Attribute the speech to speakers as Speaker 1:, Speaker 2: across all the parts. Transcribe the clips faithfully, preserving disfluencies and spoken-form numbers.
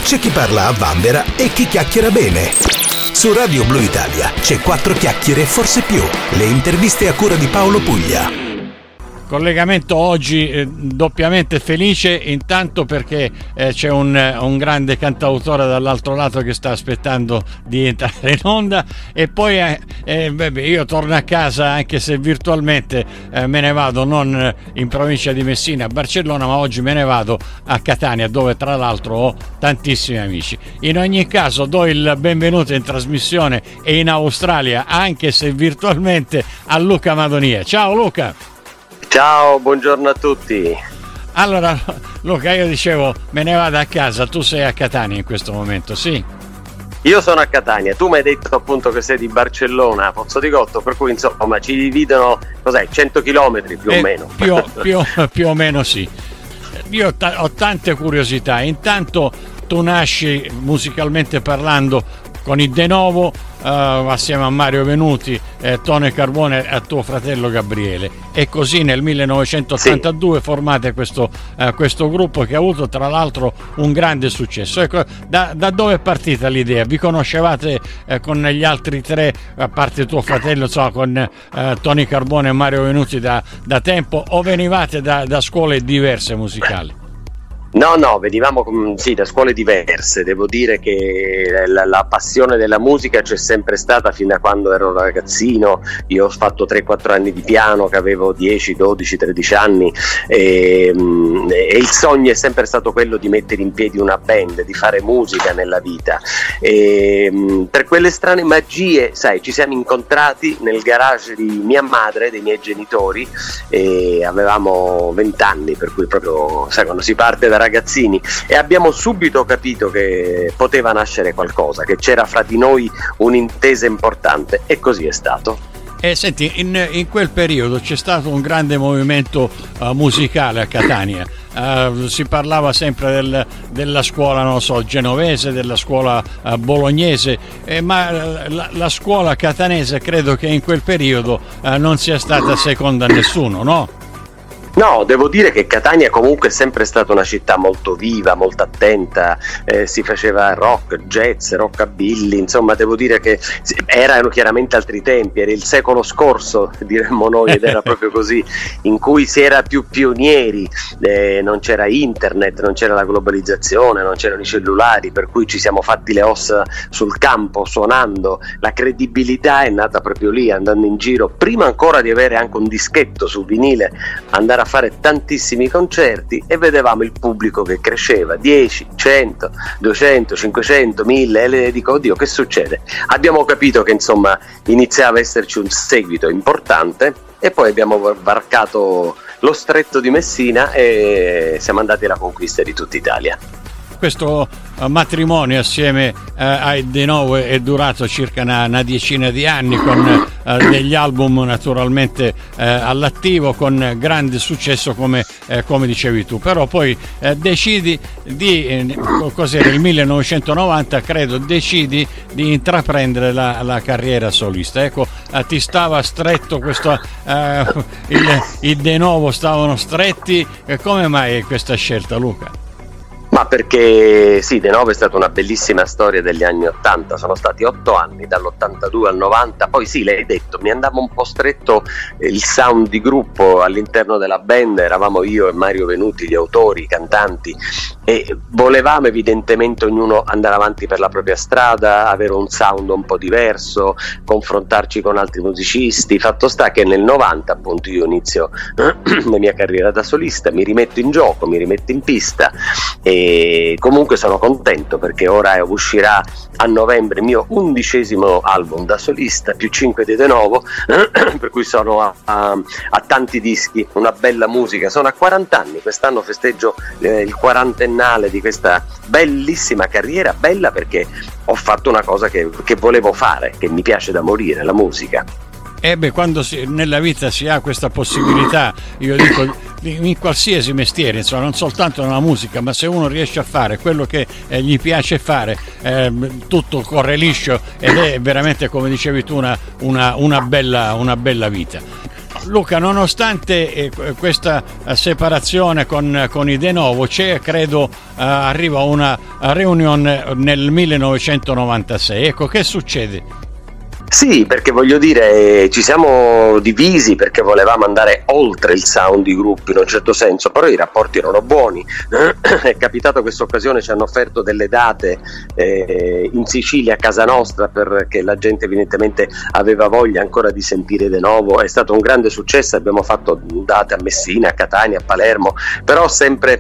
Speaker 1: c'è chi parla a vanvera e chi chiacchiera bene. Su Radio Blu Italia c'è quattro chiacchiere e forse più. Le interviste a cura di Paolo Puglia.
Speaker 2: Collegamento oggi eh, doppiamente felice, intanto perché eh, c'è un, un grande cantautore dall'altro lato che sta aspettando di entrare in onda, e poi eh, eh, beh, io torno a casa, anche se virtualmente eh, me ne vado non in provincia di Messina, a Barcellona, ma oggi me ne vado a Catania, dove tra l'altro ho tantissimi amici. In ogni caso do il benvenuto in trasmissione e in Australia, anche se virtualmente, a Luca Madonia. Ciao Luca!
Speaker 3: Ciao, buongiorno a tutti.
Speaker 2: Allora, Luca, io dicevo, me ne vado a casa, tu sei a Catania in questo momento, sì?
Speaker 3: Io sono a Catania, tu mi hai detto appunto che sei di Barcellona, Pozzodigotto, per cui insomma ci dividono, cos'è, cento chilometri più
Speaker 2: eh,
Speaker 3: o meno.
Speaker 2: Più, più, più o meno sì. Io ho, t- ho tante curiosità. Intanto tu nasci, musicalmente parlando, con i De Novo, uh, assieme a Mario Venuti, eh, Tony Carbone e a tuo fratello Gabriele, e così nel millenovecentottantadue sì. formate questo, uh, questo gruppo che ha avuto tra l'altro un grande successo. Ecco, da, da dove è partita l'idea? Vi conoscevate eh, con gli altri tre, a parte tuo fratello, insomma, con eh, Tony Carbone e Mario Venuti da, da tempo, o venivate da, da scuole diverse musicali?
Speaker 3: No, no, venivamo sì, da scuole diverse. Devo dire che la, la passione della musica c'è sempre stata fin da quando ero ragazzino. Io ho fatto tre quattro anni di piano, che avevo dieci, dodici, tredici anni, e, e il sogno è sempre stato quello di mettere in piedi una band, di fare musica nella vita. E, per quelle strane magie, sai, ci siamo incontrati nel garage di mia madre, dei miei genitori, e avevamo vent'anni, per cui proprio, sai, quando si parte da ragazzini, e abbiamo subito capito che poteva nascere qualcosa, che c'era fra di noi un'intesa importante, e così è stato.
Speaker 2: E senti, in, in quel periodo c'è stato un grande movimento uh, musicale a Catania. Uh, si parlava sempre del, della scuola, non so, genovese, della scuola uh, bolognese, eh, ma uh, la, la scuola catanese credo che in quel periodo uh, non sia stata seconda a nessuno, no?
Speaker 3: No, devo dire che Catania comunque è sempre stata una città molto viva, molto attenta, eh, si faceva rock, jazz, rockabilly, insomma devo dire che erano chiaramente altri tempi, era il secolo scorso, diremmo noi, ed era proprio così, in cui si era più pionieri, eh, non c'era internet, non c'era la globalizzazione, non c'erano i cellulari, per cui ci siamo fatti le ossa sul campo, suonando. La credibilità è nata proprio lì, andando in giro, prima ancora di avere anche un dischetto su vinile, andare a fare tantissimi concerti, e vedevamo il pubblico che cresceva, dieci, cento, duecento, cinquecento, mille, e le dico, oddio, che succede? Abbiamo capito che insomma iniziava a esserci un seguito importante, e poi abbiamo varcato lo stretto di Messina e siamo andati alla conquista di tutta Italia.
Speaker 2: Questo uh, matrimonio assieme uh, ai De Novo è durato circa una, una decina di anni, con uh, degli album naturalmente uh, all'attivo, con grande successo, come, uh, come dicevi tu. Però poi uh, decidi di, eh, cos'era il millenovecentonovanta, credo, decidi di intraprendere la, la carriera solista. Ecco, uh, ti stava stretto questo, uh, il, i De Novo stavano stretti, uh, come mai questa scelta, Luca?
Speaker 3: Ma perché sì, De Novo è stata una bellissima storia degli anni ottanta, sono stati otto anni, dall'ottantadue al novanta, poi sì, l'hai detto, mi andava un po' stretto il sound di gruppo all'interno della band, eravamo io e Mario Venuti gli autori, i cantanti, e volevamo evidentemente ognuno andare avanti per la propria strada, avere un sound un po' diverso, confrontarci con altri musicisti. Fatto sta che nel novanta appunto io inizio la mia carriera da solista, mi rimetto in gioco, mi rimetto in pista, e comunque sono contento perché ora uscirà a novembre il mio undicesimo album da solista, più cinque di De Novo, per cui sono a, a, a tanti dischi, una bella musica. Sono a quaranta anni, quest'anno festeggio eh, il quarantennale di questa bellissima carriera, bella perché ho fatto una cosa che, che volevo fare, che mi piace da morire, la musica.
Speaker 2: Eh beh, quando si, nella vita si ha questa possibilità, io dico, in qualsiasi mestiere, insomma, non soltanto nella musica, ma se uno riesce a fare quello che eh, gli piace fare, eh, tutto corre liscio, ed è veramente, come dicevi tu, una, una, una, bella, una bella vita. Luca, nonostante eh, questa eh, separazione con, con i De Novo, c'è, credo, eh, arriva una reunion nel millenovecentonovantasei. Ecco, che succede?
Speaker 3: Sì, perché voglio dire, ci siamo divisi perché volevamo andare oltre il sound di gruppi in un certo senso, però i rapporti erano buoni. È capitato questa occasione, ci hanno offerto delle date eh, in Sicilia a casa nostra, perché la gente evidentemente aveva voglia ancora di sentire De Novo. È stato un grande successo, abbiamo fatto date a Messina, a Catania, a Palermo, però sempre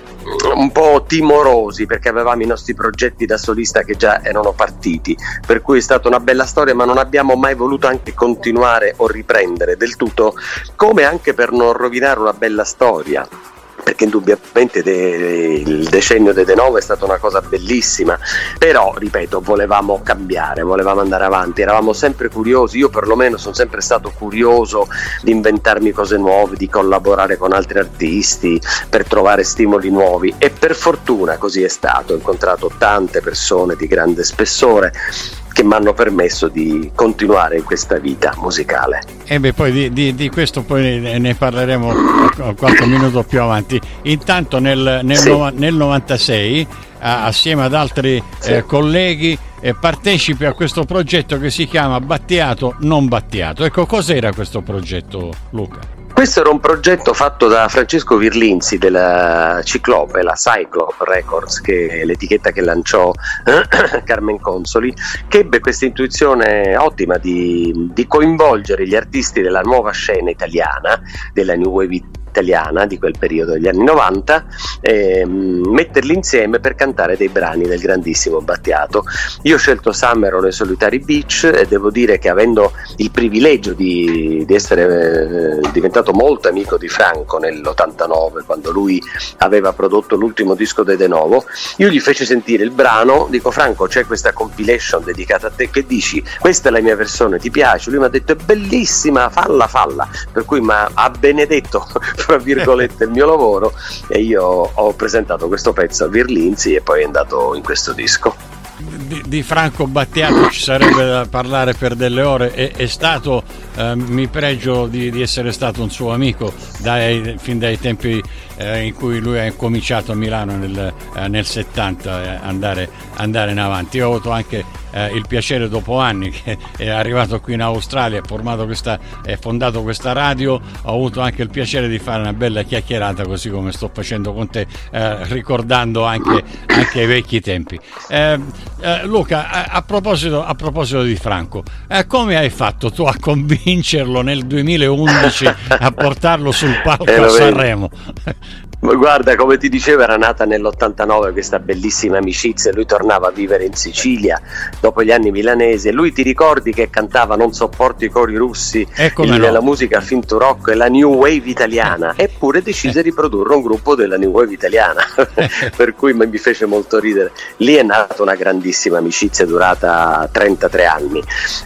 Speaker 3: un po' timorosi perché avevamo i nostri progetti da solista che già erano partiti, per cui è stata una bella storia, ma non abbiamo mai voluto anche continuare o riprendere del tutto, come anche per non rovinare una bella storia, perché indubbiamente de, il decennio dei De Novo è stata una cosa bellissima, però ripeto, volevamo cambiare, volevamo andare avanti, eravamo sempre curiosi. Io perlomeno sono sempre stato curioso di inventarmi cose nuove, di collaborare con altri artisti per trovare stimoli nuovi, e per fortuna così è stato. Ho incontrato tante persone di grande spessore che mi hanno permesso di continuare in questa vita musicale.
Speaker 2: E beh, poi di, di, di questo poi ne parleremo qualche minuto più avanti. Intanto nel, nel, sì. no, nel novantasei, assieme ad altri sì. eh, colleghi, eh, partecipi a questo progetto che si chiama Battiato non Battiato. Ecco, cos'era questo progetto, Luca?
Speaker 3: Questo era un progetto fatto da Francesco Virlinzi della Ciclope, la Cyclope Records, che è l'etichetta che lanciò Carmen Consoli, che ebbe questa intuizione ottima di, di coinvolgere gli artisti della nuova scena italiana, della New Wave italiana di quel periodo degli anni novanta, e metterli insieme per cantare dei brani del grandissimo Battiato. Io ho scelto Summer on a Solitary Beach e devo dire che, avendo il privilegio di, di essere eh, diventato molto amico di Franco nell'ottantanove, quando lui aveva prodotto l'ultimo disco dei De Novo, io gli feci sentire il brano. Dico: Franco, c'è questa compilation dedicata a te, che dici? Questa è la mia versione, ti piace? Lui mi ha detto: è bellissima, falla falla. Per cui mi ha benedetto tra virgolette il mio lavoro, e io ho presentato questo pezzo a Virlinzi e poi è andato in questo disco.
Speaker 2: Di, di Franco Battiato ci sarebbe da parlare per delle ore. È, è stato, eh, mi pregio di, di essere stato un suo amico dai, fin dai tempi eh, in cui lui ha cominciato a Milano nel, eh, nel settanta, eh, andare, andare in avanti. Io ho avuto anche eh, il piacere, dopo anni che è arrivato qui in Australia, ha formato questa, è fondato questa radio, ho avuto anche il piacere di fare una bella chiacchierata, così come sto facendo con te, eh, ricordando anche, anche i vecchi tempi. Eh, eh, Luca, a, a, proposito, a proposito di Franco, eh, come hai fatto tu a convincerlo nel duemilaundici a portarlo sul palco eh, a Sanremo?
Speaker 3: Guarda, come ti dicevo, era nata nell'ottantanove questa bellissima amicizia. Lui tornava a vivere in Sicilia dopo gli anni milanesi, e lui, ti ricordi che cantava Non sopporto i cori russi, il, no. la musica finto rock e la new wave italiana, eppure decise di produrre un gruppo della new wave italiana per cui mi fece molto ridere. Lì è nata una grandissima amicizia durata trentatré anni,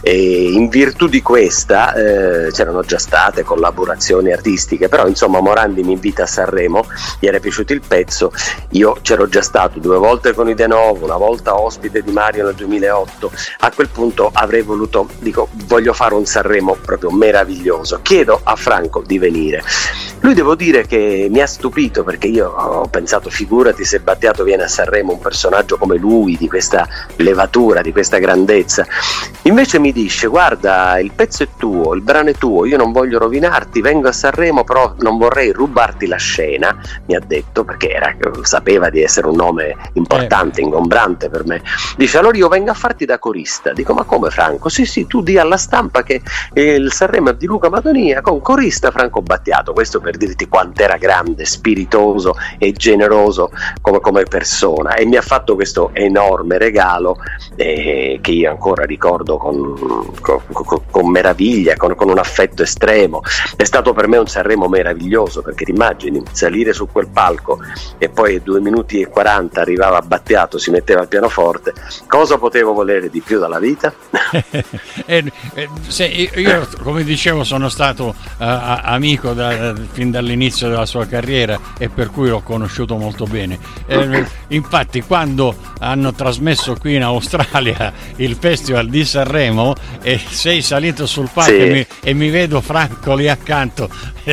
Speaker 3: e in virtù di questa eh, c'erano già state collaborazioni artistiche, però insomma Morandi mi invita a Sanremo, gli era piaciuto il pezzo. Io c'ero già stato due volte con i De Novo, una volta ospite di Mario nel duemilaotto. A quel punto avrei voluto, dico, voglio fare un Sanremo proprio meraviglioso, chiedo a Franco di venire. Lui, devo dire che mi ha stupito, perché io ho pensato: figurati se Battiato viene a Sanremo, un personaggio come lui, di questa levatura, di questa grandezza. Invece mi dice: guarda, il pezzo è tuo, il brano è tuo, io non voglio rovinarti, vengo a Sanremo, però non vorrei rubarti la scena, mi ha detto, perché era, sapeva di essere un nome importante, eh. ingombrante per me. Dice: allora io vengo a farti da corista. Dico: ma come, Franco? Sì sì, tu di alla stampa che il Sanremo è di Luca Madonia con corista Franco Battiato. Questo per dirti quant'era grande, spiritoso e generoso come, come persona, e mi ha fatto questo enorme regalo eh, che io ancora ricordo con, con, con, con meraviglia, con, con un affetto estremo. È stato per me un Sanremo meraviglioso, perché ti immagini salire su quel palco e poi a due minuti e quaranta arrivava Battiato, si metteva al pianoforte. Cosa potevo volere di più dalla vita?
Speaker 2: eh, eh, se io, come dicevo, sono stato uh, amico da, fin dall'inizio della sua carriera e per cui l'ho conosciuto molto bene. Eh, infatti quando hanno trasmesso qui in Australia il Festival di Sanremo e sei salito sul palco, sì, e, mi, e mi vedo Franco lì accanto,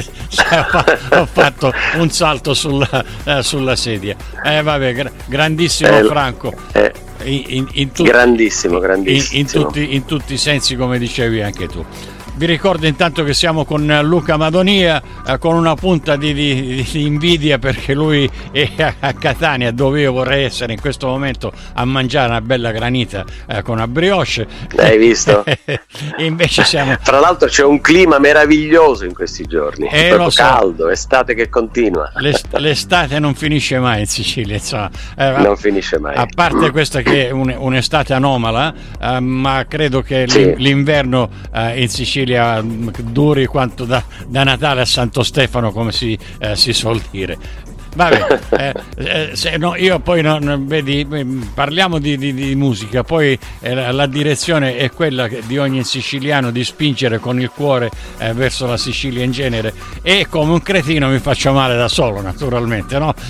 Speaker 2: ho fatto un salto sulla, eh, sulla sedia. Eh, vabbè, gra- grandissimo eh, Franco. Eh, in, in, in tutti,
Speaker 3: grandissimo, grandissimo.
Speaker 2: In, in, tutti, in tutti i sensi, come dicevi anche tu. Vi ricordo intanto che siamo con Luca Madonia, eh, con una punta di, di, di invidia perché lui è a, a Catania, dove io vorrei essere in questo momento a mangiare una bella granita eh, con una brioche.
Speaker 3: Hai visto?
Speaker 2: E invece siamo...
Speaker 3: Tra l'altro c'è un clima meraviglioso in questi giorni, è
Speaker 2: eh,
Speaker 3: proprio
Speaker 2: so.
Speaker 3: caldo, estate che continua.
Speaker 2: L'est- l'estate non finisce mai in Sicilia, insomma. Eh,
Speaker 3: non finisce mai.
Speaker 2: A parte questa che è un, un'estate anomala, eh, ma credo che
Speaker 3: sì.
Speaker 2: l'inverno eh, in Sicilia duri quanto da, da Natale a Santo Stefano, come si, eh, si suol dire. Vabbè, eh, eh, se no, io poi non, vedi, parliamo di, di, di musica, poi eh, la, la direzione è quella di ogni siciliano di spingere con il cuore eh, verso la Sicilia in genere, e come un cretino mi faccio male da solo, naturalmente, no?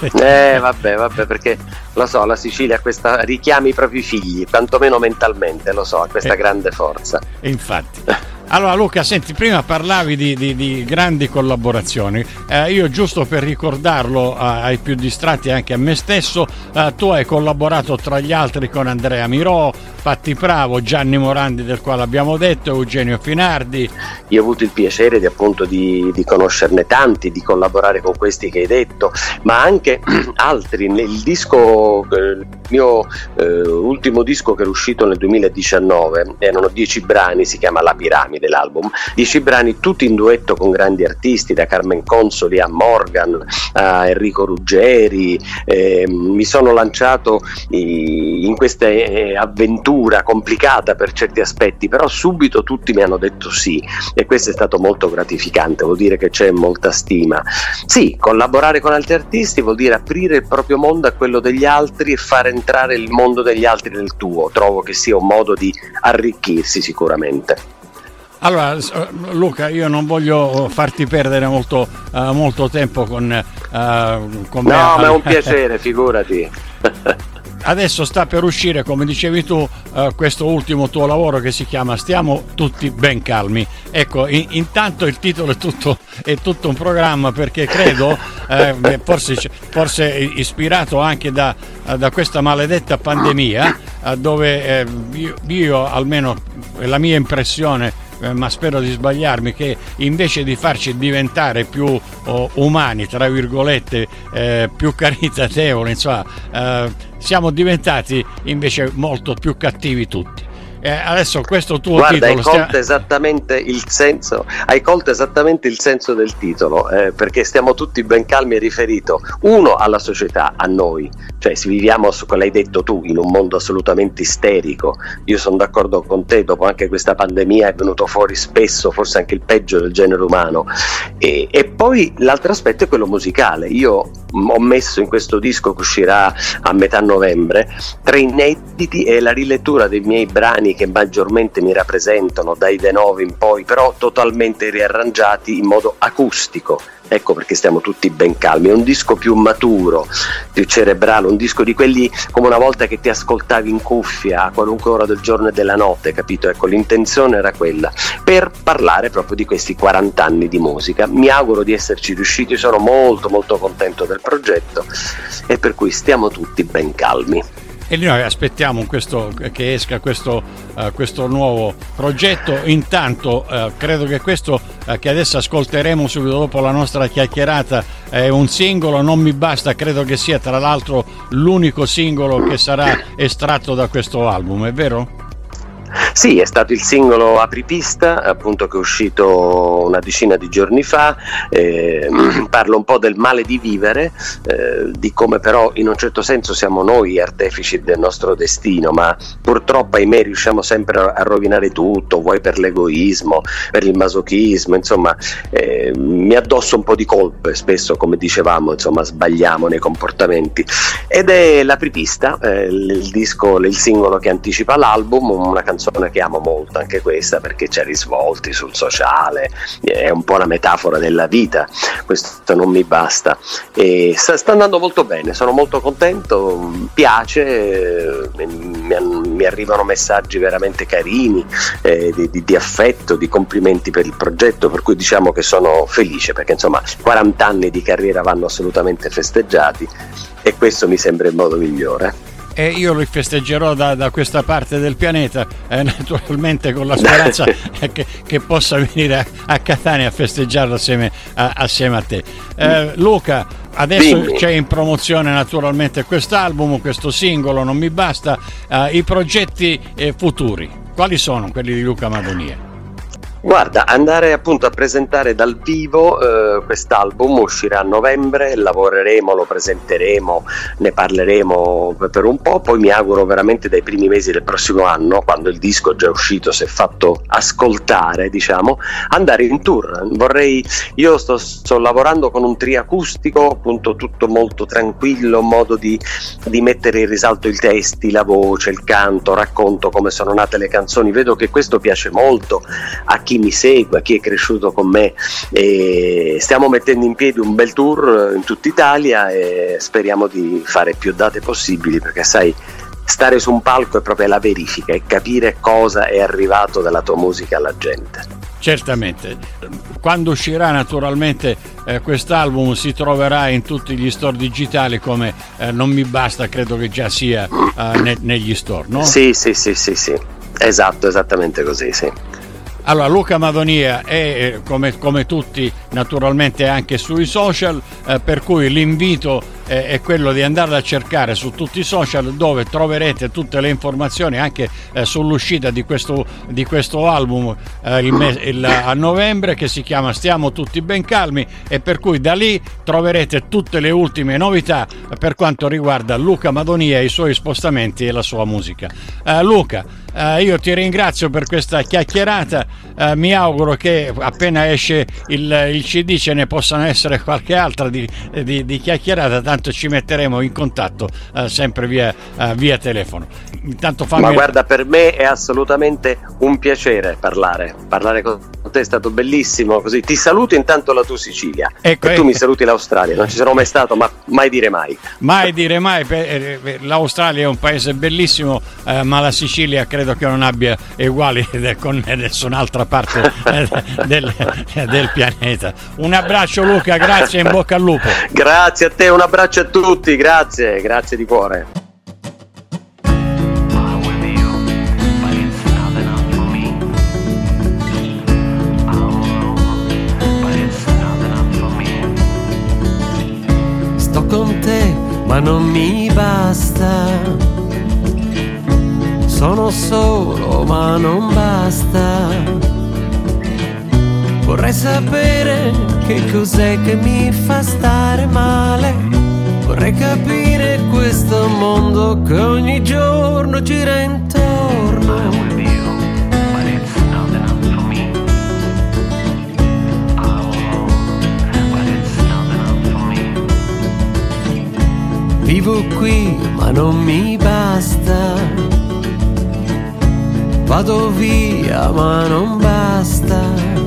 Speaker 3: Eh vabbè, vabbè, perché lo so, la Sicilia ha questa, richiami i propri figli, quantomeno mentalmente, lo so, ha questa eh, grande forza.
Speaker 2: Infatti. Allora Luca, senti, prima parlavi di, di, di grandi collaborazioni, eh, io giusto per ricordarlo eh, ai più distratti e anche a me stesso, eh, tu hai collaborato tra gli altri con Andrea Mirò, Patti Bravo, Gianni Morandi, del quale abbiamo detto, Eugenio Finardi.
Speaker 3: Io ho avuto il piacere di appunto di, di conoscerne tanti, di collaborare con questi che hai detto, ma anche altri. Nel disco, il mio eh, ultimo disco che è uscito nel duemiladiciannove, erano dieci brani, si chiama La Piramide l'album, dieci brani tutti in duetto con grandi artisti, da Carmen Consoli a Morgan a Enrico Ruggeri. Eh, mi sono lanciato in questa avventura complicata per certi aspetti, però subito tutti mi hanno detto sì, e questo è stato molto gratificante, vuol dire che c'è molta stima. Sì, collaborare con altri artisti vuol dire aprire il proprio mondo a quello degli altri e far entrare il mondo degli altri nel tuo. Trovo che sia un modo di arricchirsi sicuramente.
Speaker 2: Allora Luca, io non voglio farti perdere molto, uh, molto tempo con, uh, con me.
Speaker 3: No, ma è un piacere, figurati.
Speaker 2: Adesso sta per uscire, come dicevi tu, uh, questo ultimo tuo lavoro che si chiama Stiamo tutti ben calmi. Ecco, in, intanto il titolo è tutto, è tutto un programma, perché credo, eh, forse, forse ispirato anche da, da questa maledetta pandemia, uh, dove eh, io, io almeno la mia impressione, Eh, ma spero di sbagliarmi, che invece di farci diventare più oh, umani, tra virgolette, eh, più caritatevoli, insomma, eh, siamo diventati invece molto più cattivi tutti. Eh, adesso questo tuo
Speaker 3: Guarda,
Speaker 2: titolo
Speaker 3: hai colto
Speaker 2: stia...
Speaker 3: esattamente il senso, hai colto esattamente il senso del titolo, eh, perché stiamo tutti ben calmi, è riferito uno alla società, a noi, cioè se viviamo, come l'hai detto tu, in un mondo assolutamente isterico. Io sono d'accordo con te, dopo anche questa pandemia è venuto fuori spesso forse anche il peggio del genere umano, e, e poi l'altro aspetto è quello musicale. Io ho messo in questo disco che uscirà a metà novembre tre inediti e la rilettura dei miei brani che maggiormente mi rappresentano, dai De Novo in poi, però totalmente riarrangiati in modo acustico. Ecco perché stiamo tutti ben calmi. È un disco più maturo, più cerebrale, un disco di quelli come una volta che ti ascoltavi in cuffia a qualunque ora del giorno e della notte, capito? Ecco, l'intenzione era quella, per parlare proprio di questi quaranta anni di musica. Mi auguro di esserci riusciti, sono molto molto contento del progetto, e per cui stiamo tutti ben calmi.
Speaker 2: E noi aspettiamo questo, che esca questo, uh, questo nuovo progetto. Intanto uh, credo che questo uh, che adesso ascolteremo subito dopo la nostra chiacchierata è un singolo, Non mi basta, credo che sia tra l'altro l'unico singolo che sarà estratto da questo album, è vero?
Speaker 3: Sì, è stato il singolo apripista, appunto, che è uscito una decina di giorni fa. Eh, parlo un po' del male di vivere, eh, di come però in un certo senso siamo noi artefici del nostro destino, ma purtroppo ahimè riusciamo sempre a rovinare tutto, vuoi per l'egoismo, per il masochismo, insomma, eh, mi addosso un po' di colpe spesso, come dicevamo, insomma, sbagliamo nei comportamenti. Ed è l'apripista, eh, il disco, il singolo che anticipa l'album, una canzone canzone che amo molto anche questa, perché c'ha risvolti sul sociale, è un po' una metafora della vita, questo non mi basta, e sta, sta andando molto bene, sono molto contento, piace, mi, mi arrivano messaggi veramente carini, eh, di, di, di affetto, di complimenti per il progetto, per cui diciamo che sono felice, perché insomma quaranta anni di carriera vanno assolutamente festeggiati e questo mi sembra il modo migliore.
Speaker 2: E io li festeggerò da, da questa parte del pianeta, eh, naturalmente con la speranza che, che possa venire a, a Catania a festeggiarlo assieme a, assieme a te. Eh, Luca, adesso Dimmi. C'è in promozione naturalmente quest'album, questo singolo Non mi basta, eh, i progetti eh, futuri, quali sono quelli di Luca Madonia?
Speaker 3: Guarda, andare appunto a presentare dal vivo eh, quest'album, uscirà a novembre, lavoreremo, lo presenteremo, ne parleremo per un po', poi mi auguro veramente dai primi mesi del prossimo anno, quando il disco è già uscito, si è fatto ascoltare, diciamo, andare in tour. Vorrei, io sto, sto lavorando con un trio acustico, appunto tutto molto tranquillo, un modo di, di mettere in risalto i testi, la voce, il canto, racconto come sono nate le canzoni. Vedo che questo piace molto a chi mi segue, a chi è cresciuto con me, e stiamo mettendo in piedi un bel tour in tutta Italia e speriamo di fare più date possibili, perché sai, stare su un palco è proprio la verifica e capire cosa è arrivato dalla tua musica alla gente.
Speaker 2: Certamente, quando uscirà naturalmente eh, quest'album si troverà in tutti gli store digitali come eh, Non mi basta, credo che già sia eh, ne- negli store, no?
Speaker 3: Sì, sì, sì, sì, sì, esatto, esattamente così, sì.
Speaker 2: Allora, Luca Madonia è come, come tutti naturalmente anche sui social, eh, per cui l'invito eh, è quello di andarla a cercare su tutti i social, dove troverete tutte le informazioni anche eh, sull'uscita di questo, di questo album eh, il mes- il, a novembre, che si chiama Stiamo tutti ben calmi, e per cui da lì troverete tutte le ultime novità per quanto riguarda Luca Madonia, i suoi spostamenti e la sua musica. Eh, Luca, eh, io ti ringrazio per questa chiacchierata. Uh, mi auguro che appena esce il, il C D ce ne possano essere qualche altra di, di, di chiacchierata, tanto ci metteremo in contatto uh, sempre via, uh, via telefono. Intanto fammi...
Speaker 3: Ma guarda, per me è assolutamente un piacere parlare parlare con te, è stato bellissimo, così ti saluto intanto la tua Sicilia, ecco, e tu ecco. Mi saluti l'Australia, non ci sono mai stato, ma mai dire mai
Speaker 2: mai dire mai. L'Australia è un paese bellissimo, uh, ma la Sicilia credo che non abbia uguali con nessun'altra parte del, del pianeta. Un abbraccio Luca, grazie e in bocca al lupo.
Speaker 3: Grazie a te, un abbraccio a tutti, grazie, grazie di cuore.
Speaker 4: Sto con te, ma non mi basta. Sono solo, ma non basta. Vorrei sapere che cos'è che mi fa stare male. Vorrei capire questo mondo che ogni giorno gira intorno. Vivo qui, ma non mi basta. Vado via, ma non basta.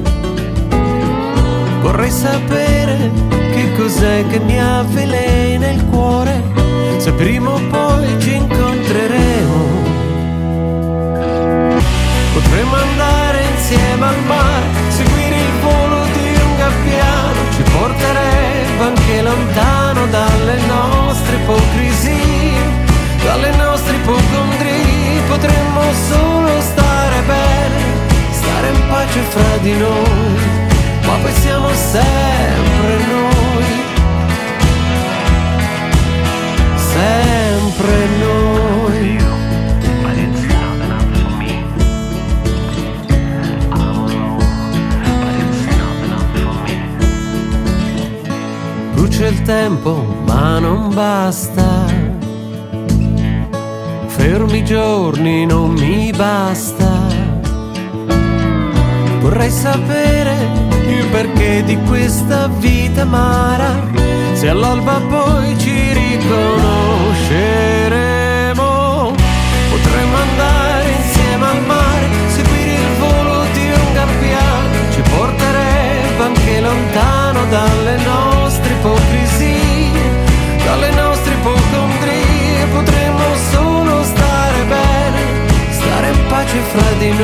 Speaker 4: Vorrei sapere che cos'è che mi avvelena il cuore, se prima o poi ci incontreremo. Potremmo andare insieme al mare, seguire il volo di un gabbiano, ci porterebbe anche lontano dalle nostre ipocrisie, dalle nostre ipocondrie. Potremmo solo stare bene, stare in pace fra di noi, ma poi siamo sempre noi, sempre noi. Brucia il tempo, ma non basta. Fermi giorni non mi basta. Vorrei sapere il perché di questa vita amara, se all'alba poi ci riconosceremo. Potremmo andare insieme al mare, fra di